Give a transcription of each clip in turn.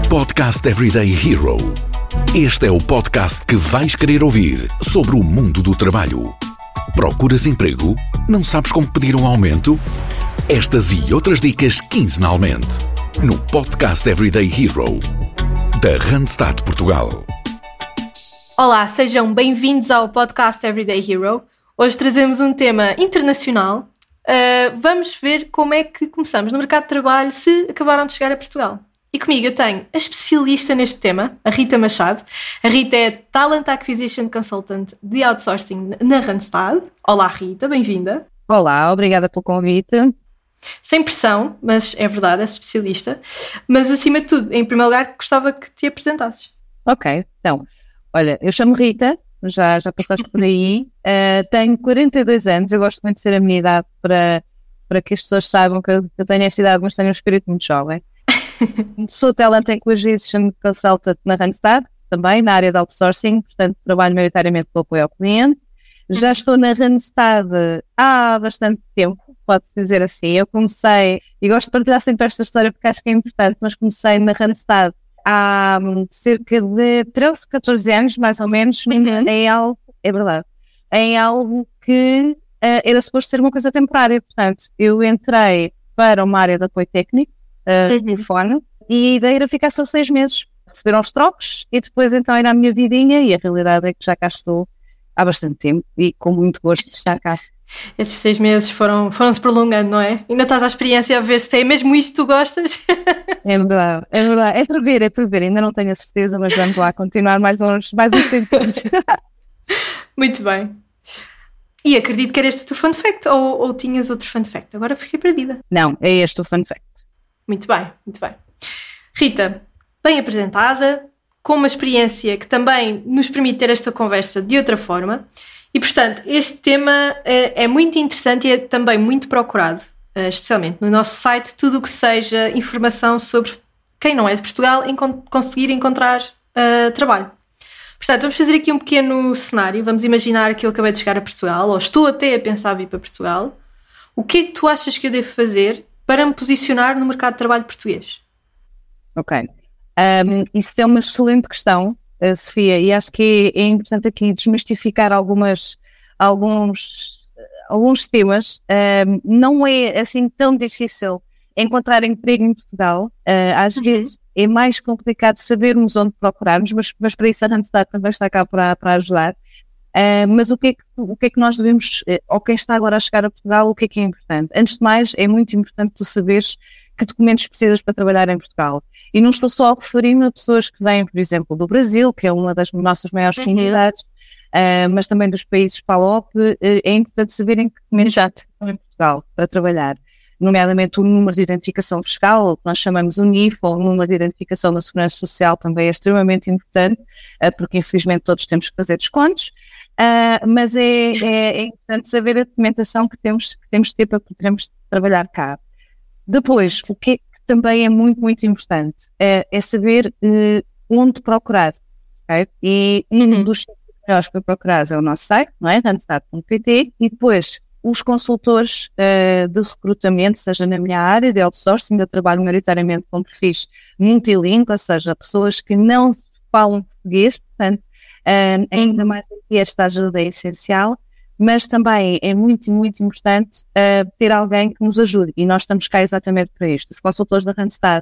Podcast Everyday Hero. Este é o podcast que vais querer ouvir sobre o mundo do trabalho. Procuras emprego? Não sabes como pedir um aumento? Estas e outras dicas quinzenalmente no Podcast Everyday Hero da Randstad Portugal. Olá, sejam bem-vindos ao Podcast Everyday Hero. Hoje trazemos um tema internacional. Vamos ver como é que começamos no mercado de trabalho se acabaram de chegar a Portugal. E comigo eu tenho a especialista neste tema, a Rita Machado. A Rita é Talent Acquisition Consultant de Outsourcing na Randstad. Olá Rita, bem-vinda. Olá, obrigada pelo convite. Sem pressão, mas é verdade, és especialista. Mas acima de tudo, em primeiro lugar, gostava que te apresentasses. Ok, então, olha, eu chamo Rita, já passaste por aí, tenho 42 anos, eu gosto muito de ser a minha idade para que as pessoas saibam que eu tenho esta idade, mas tenho um espírito muito jovem. Sou Talent Acquisition Consultant na Randstad, também na área de outsourcing, portanto trabalho maioritariamente pelo apoio ao cliente. Já estou na Randstad há bastante tempo, pode-se dizer assim. Eu comecei, e gosto de partilhar sempre esta história porque acho que é importante, mas comecei na Randstad há cerca de 13, 14 anos, mais ou menos, em algo, é verdade, em algo que era suposto ser uma coisa temporária. Portanto, eu entrei para uma área de apoio técnico, telefone, e a ideia era ficar só 6 meses, receberam os trocos e depois então era a minha vidinha, e a realidade é que já cá estou há bastante tempo e com muito gosto de estar cá. Esses 6 meses foram-se prolongando, não é? Ainda estás à experiência a ver se é mesmo isto que tu gostas? É verdade, é para ver, ainda não tenho a certeza, mas vamos lá continuar mais uns tempos. Muito bem. E acredito que era este o teu fun fact, ou tinhas outro fun fact? Agora fiquei perdida. Não, é este o fun fact. Muito bem, muito bem. Rita, bem apresentada, com uma experiência que também nos permite ter esta conversa de outra forma. E, portanto, este tema é muito interessante e é também muito procurado, especialmente no nosso site, tudo o que seja informação sobre quem não é de Portugal conseguir encontrar trabalho. Portanto, vamos fazer aqui um pequeno cenário. Vamos imaginar que eu acabei de chegar a Portugal, ou estou até a pensar vir para Portugal. O que é que tu achas que eu devo fazer para me posicionar no mercado de trabalho português? Ok. Isso é uma excelente questão, Sofia, e acho que é importante aqui desmistificar alguns temas. Não é assim tão difícil encontrar emprego em Portugal. Às vezes é mais complicado sabermos onde procurarmos, mas para isso a Randstad também está cá para ajudar. Mas o que é que nós devemos, ou quem está agora a chegar a Portugal, o que é importante? Antes de mais, é muito importante tu saberes que documentos precisas para trabalhar em Portugal. E não estou só a referir-me a pessoas que vêm, por exemplo, do Brasil, que é uma das nossas maiores comunidades, mas também dos países PALOP. É importante saberem que documentos já estão em Portugal para trabalhar, nomeadamente o número de identificação fiscal, o que nós chamamos o NIF, ou o número de identificação da Segurança Social, também é extremamente importante, porque infelizmente todos temos que fazer descontos. Mas é importante saber a documentação que temos de ter para podermos trabalhar cá. Depois, o que também é muito, muito importante é saber onde procurar. Okay? E um dos melhores para procurar é o nosso site, não é? Randstad.pt, e depois os consultores de recrutamento, seja na minha área de outsourcing, eu trabalho maioritariamente com perfis multilingue, ou seja, pessoas que não falam português, portanto, ainda mais aqui esta ajuda é essencial, mas também é muito, muito importante ter alguém que nos ajude, e nós estamos cá exatamente para isto. Os consultores da Randstad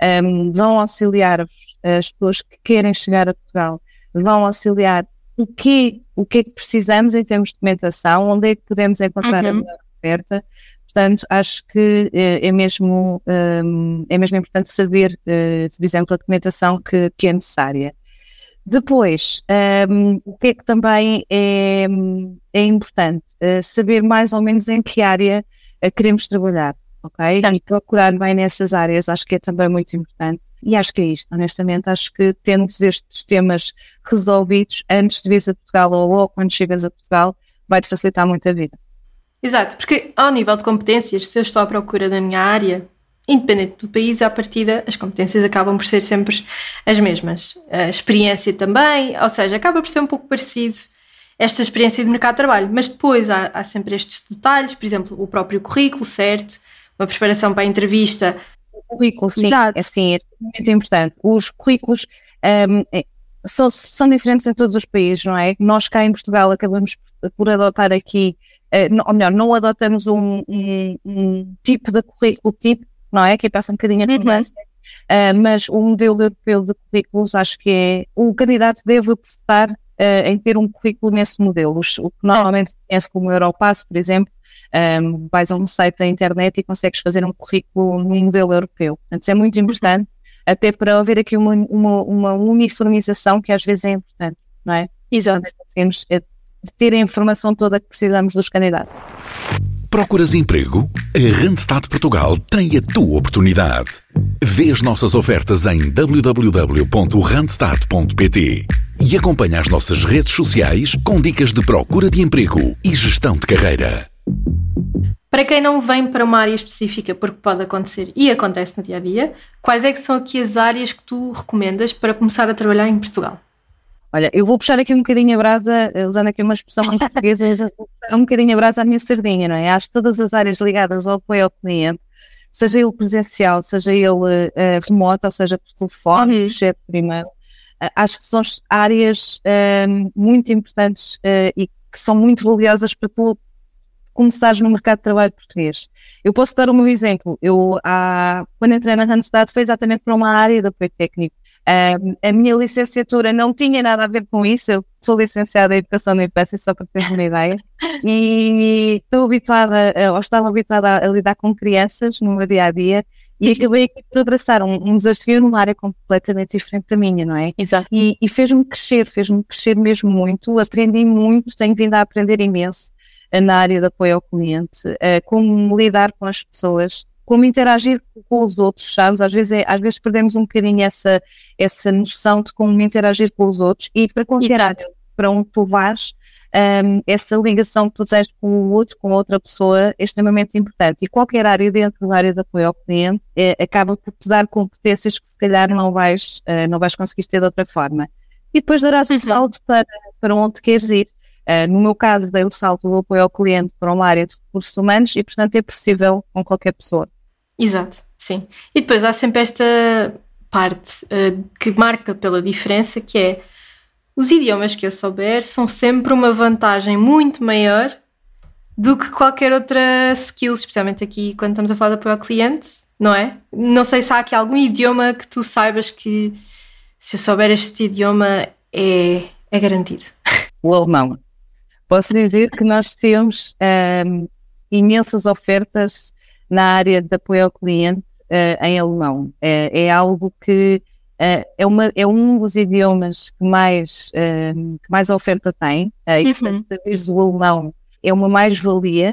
vão auxiliar as pessoas que querem chegar a Portugal, vão auxiliar o que é que precisamos em termos de documentação, onde é que podemos encontrar a melhor oferta. Portanto, acho que é mesmo importante saber, por exemplo, a documentação que é necessária. Depois, o que é que também é importante? Saber mais ou menos em que área queremos trabalhar, ok? E procurar bem nessas áreas, acho que é também muito importante. E acho que é isto, honestamente, acho que tendo estes temas resolvidos antes de vir a Portugal ou quando chegas a Portugal, vai-te facilitar muito a vida. Exato, porque ao nível de competências, se eu estou à procura da minha área, independente do país, à partida, as competências acabam por ser sempre as mesmas. A experiência também, ou seja, acaba por ser um pouco parecido esta experiência de mercado de trabalho, mas depois há sempre estes detalhes, por exemplo, o próprio currículo, certo? Uma preparação para a entrevista, currículo, sim, é muito importante. Os currículos são diferentes em todos os países, não é? Nós cá em Portugal acabamos por adotar aqui, ou melhor, não adotamos um tipo de currículo tipo, não é? Que passa um bocadinho a mudança, mas o modelo europeu de currículos acho que o candidato deve apostar em ter um currículo nesse modelo, o que normalmente se conhece como Europass, por exemplo. Vais a um site da internet e consegues fazer um currículo no modelo europeu. Portanto, isso é muito importante, até para haver aqui uma uniformização que às vezes é importante, não é? Exato. Conseguimos ter a informação toda que precisamos dos candidatos. Procuras emprego? A Randstad Portugal tem a tua oportunidade. Vê as nossas ofertas em www.randstad.pt e acompanha as nossas redes sociais com dicas de procura de emprego e gestão de carreira. Para quem não vem para uma área específica, porque pode acontecer e acontece no dia-a-dia, quais é que são aqui as áreas que tu recomendas para começar a trabalhar em Portugal? Olha, eu vou puxar aqui um bocadinho a brasa, usando aqui uma expressão muito portuguesa, vou puxar um bocadinho a brasa à minha sardinha, não é? Acho que todas as áreas ligadas ao apoio ao cliente, seja ele presencial, seja ele remoto, ou seja por telefone, chat, por e-mail, acho que são áreas muito importantes e que são muito valiosas para tu começares no mercado de trabalho português. Eu posso dar o meu exemplo. Quando entrei na Randstad foi exatamente para uma área de apoio técnico. A minha licenciatura não tinha nada a ver com isso. Eu sou licenciada em Educação da Infância, só para ter uma ideia. E estava habituada a lidar com crianças no meu dia-a-dia e acabei aqui por abraçar um desafio numa área completamente diferente da minha, não é? Exato. E fez-me crescer mesmo muito. Aprendi muito, tenho vindo a aprender imenso na área de apoio ao cliente, como lidar com as pessoas, como interagir com os outros, sabes? Às vezes perdemos um bocadinho essa noção de como interagir com os outros e para qualquer para onde tu vais, essa ligação que tu tens com o outro, com outra pessoa, é extremamente importante. E qualquer área dentro da área de apoio ao cliente acaba por te dar competências que se calhar não vais conseguir ter de outra forma. E depois darás o salto para onde queres ir. No meu caso, dei o salto do apoio ao cliente para uma área de recursos humanos e, portanto, é possível com qualquer pessoa. Exato, sim. E depois há sempre esta parte que marca pela diferença, que é os idiomas que eu souber são sempre uma vantagem muito maior do que qualquer outra skill, especialmente aqui quando estamos a falar de apoio ao cliente, não é? Não sei se há aqui algum idioma que tu saibas que se eu souber este idioma é garantido. O alemão. Posso dizer que nós temos imensas ofertas na área de apoio ao cliente em alemão. É algo que é um dos idiomas que mais oferta tem. E portanto, saberes o alemão é uma mais-valia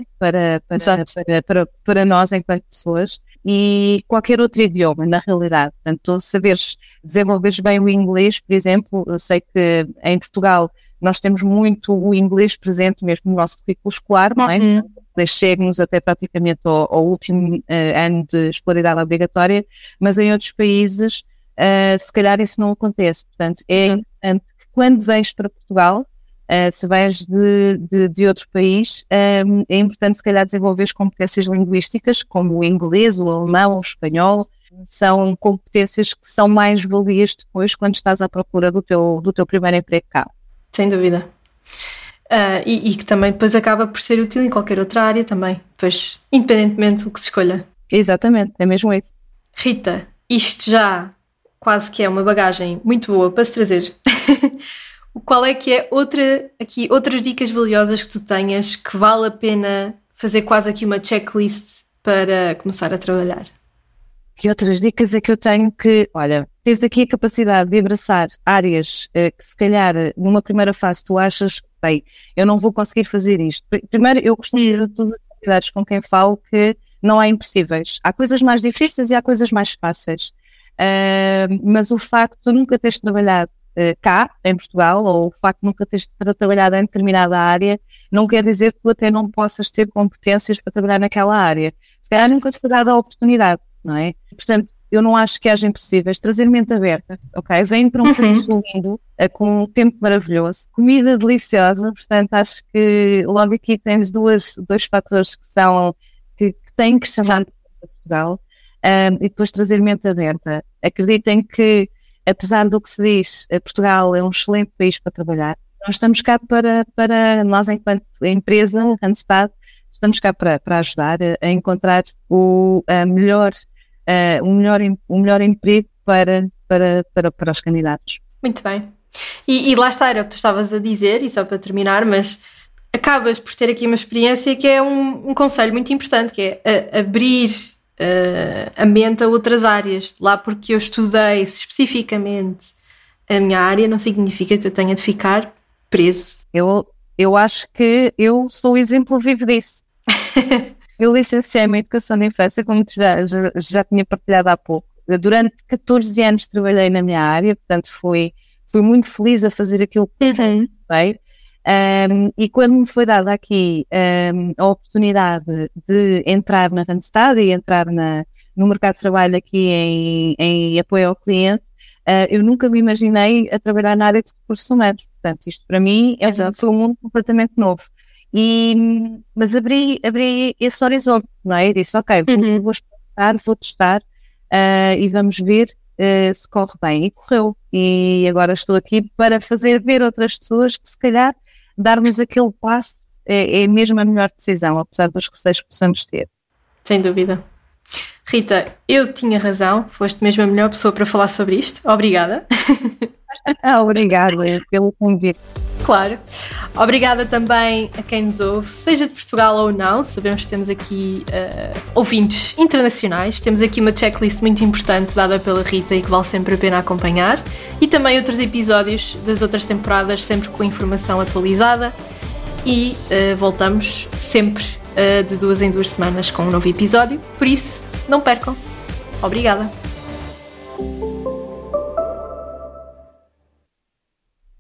para nós enquanto pessoas. E qualquer outro idioma, na realidade. Portanto, desenvolveres bem o inglês, por exemplo, eu sei que em Portugal nós temos muito o inglês presente mesmo no nosso currículo escolar, não é? Chega-nos até praticamente ao último ano de escolaridade obrigatória, mas em outros países se calhar isso não acontece. Portanto, é importante que quando vens para Portugal, se vens de outro país, é importante se calhar desenvolver competências linguísticas, como o inglês, o alemão, o espanhol. São competências que são mais valias depois quando estás à procura do teu primeiro emprego cá. Sem dúvida. E que também depois acaba por ser útil em qualquer outra área também, pois, independentemente do que se escolha. Exatamente, é mesmo isso. Rita, isto já quase que é uma bagagem muito boa para se trazer. Qual é que é outras dicas valiosas que tu tenhas que vale a pena fazer quase aqui uma checklist para começar a trabalhar? Que outras dicas é que eu tenho que, olha, tens aqui a capacidade de abraçar áreas que se calhar numa primeira fase tu achas, bem, eu não vou conseguir fazer isto. Primeiro, eu costumo dizer a todas as atividades com quem falo que não há impossíveis. Há coisas mais difíceis e há coisas mais fáceis. Mas o facto de tu nunca teres trabalhado cá, em Portugal, ou o facto de nunca teres trabalhado em determinada área, não quer dizer que tu até não possas ter competências para trabalhar naquela área. Se calhar nunca te foi dada a oportunidade, não é? Portanto, eu não acho que haja impossíveis. Trazer mente aberta, ok? Vem para um país lindo, com um tempo maravilhoso, comida deliciosa, portanto, acho que logo aqui tens dois fatores que têm que chamar para Portugal. e depois trazer mente aberta. Acreditem que, apesar do que se diz, Portugal é um excelente país para trabalhar. Nós estamos cá para nós, enquanto empresa, Randstad, estamos cá para ajudar a encontrar o melhor emprego para os candidatos. Muito bem. E lá está, era o que tu estavas a dizer, e só para terminar, mas acabas por ter aqui uma experiência que é um conselho muito importante, que é abrir a mente a outras áreas. Lá porque eu estudei especificamente a minha área, não significa que eu tenha de ficar preso. Eu acho que eu sou o exemplo vivo disso. Eu licenciei-me em Educação de Infância, como já tinha partilhado há pouco. Durante 14 anos trabalhei na minha área, portanto fui muito feliz a fazer aquilo que fiz bem. E quando me foi dada aqui a oportunidade de entrar na Randstad e entrar no mercado de trabalho aqui em apoio ao cliente, eu nunca me imaginei a trabalhar na área de recursos humanos. Portanto, isto para mim foi um mundo completamente novo. Mas abri esse horizonte, não é? Eu disse, ok, vou experimentar, vou testar e vamos ver se corre bem. E correu. E agora estou aqui para fazer ver outras pessoas que se calhar dar-nos aquele passo é mesmo a melhor decisão, apesar dos receios que possamos ter. Sem dúvida. Rita, eu tinha razão, foste mesmo a melhor pessoa para falar sobre isto. Obrigada. Obrigada pelo convite. Claro. Obrigada também a quem nos ouve, seja de Portugal ou não. Sabemos que temos aqui ouvintes internacionais. Temos aqui uma checklist muito importante dada pela Rita e que vale sempre a pena acompanhar. E também outros episódios das outras temporadas, sempre com informação atualizada. E voltamos sempre de 2 em 2 semanas com um novo episódio. Por isso, não percam. Obrigada.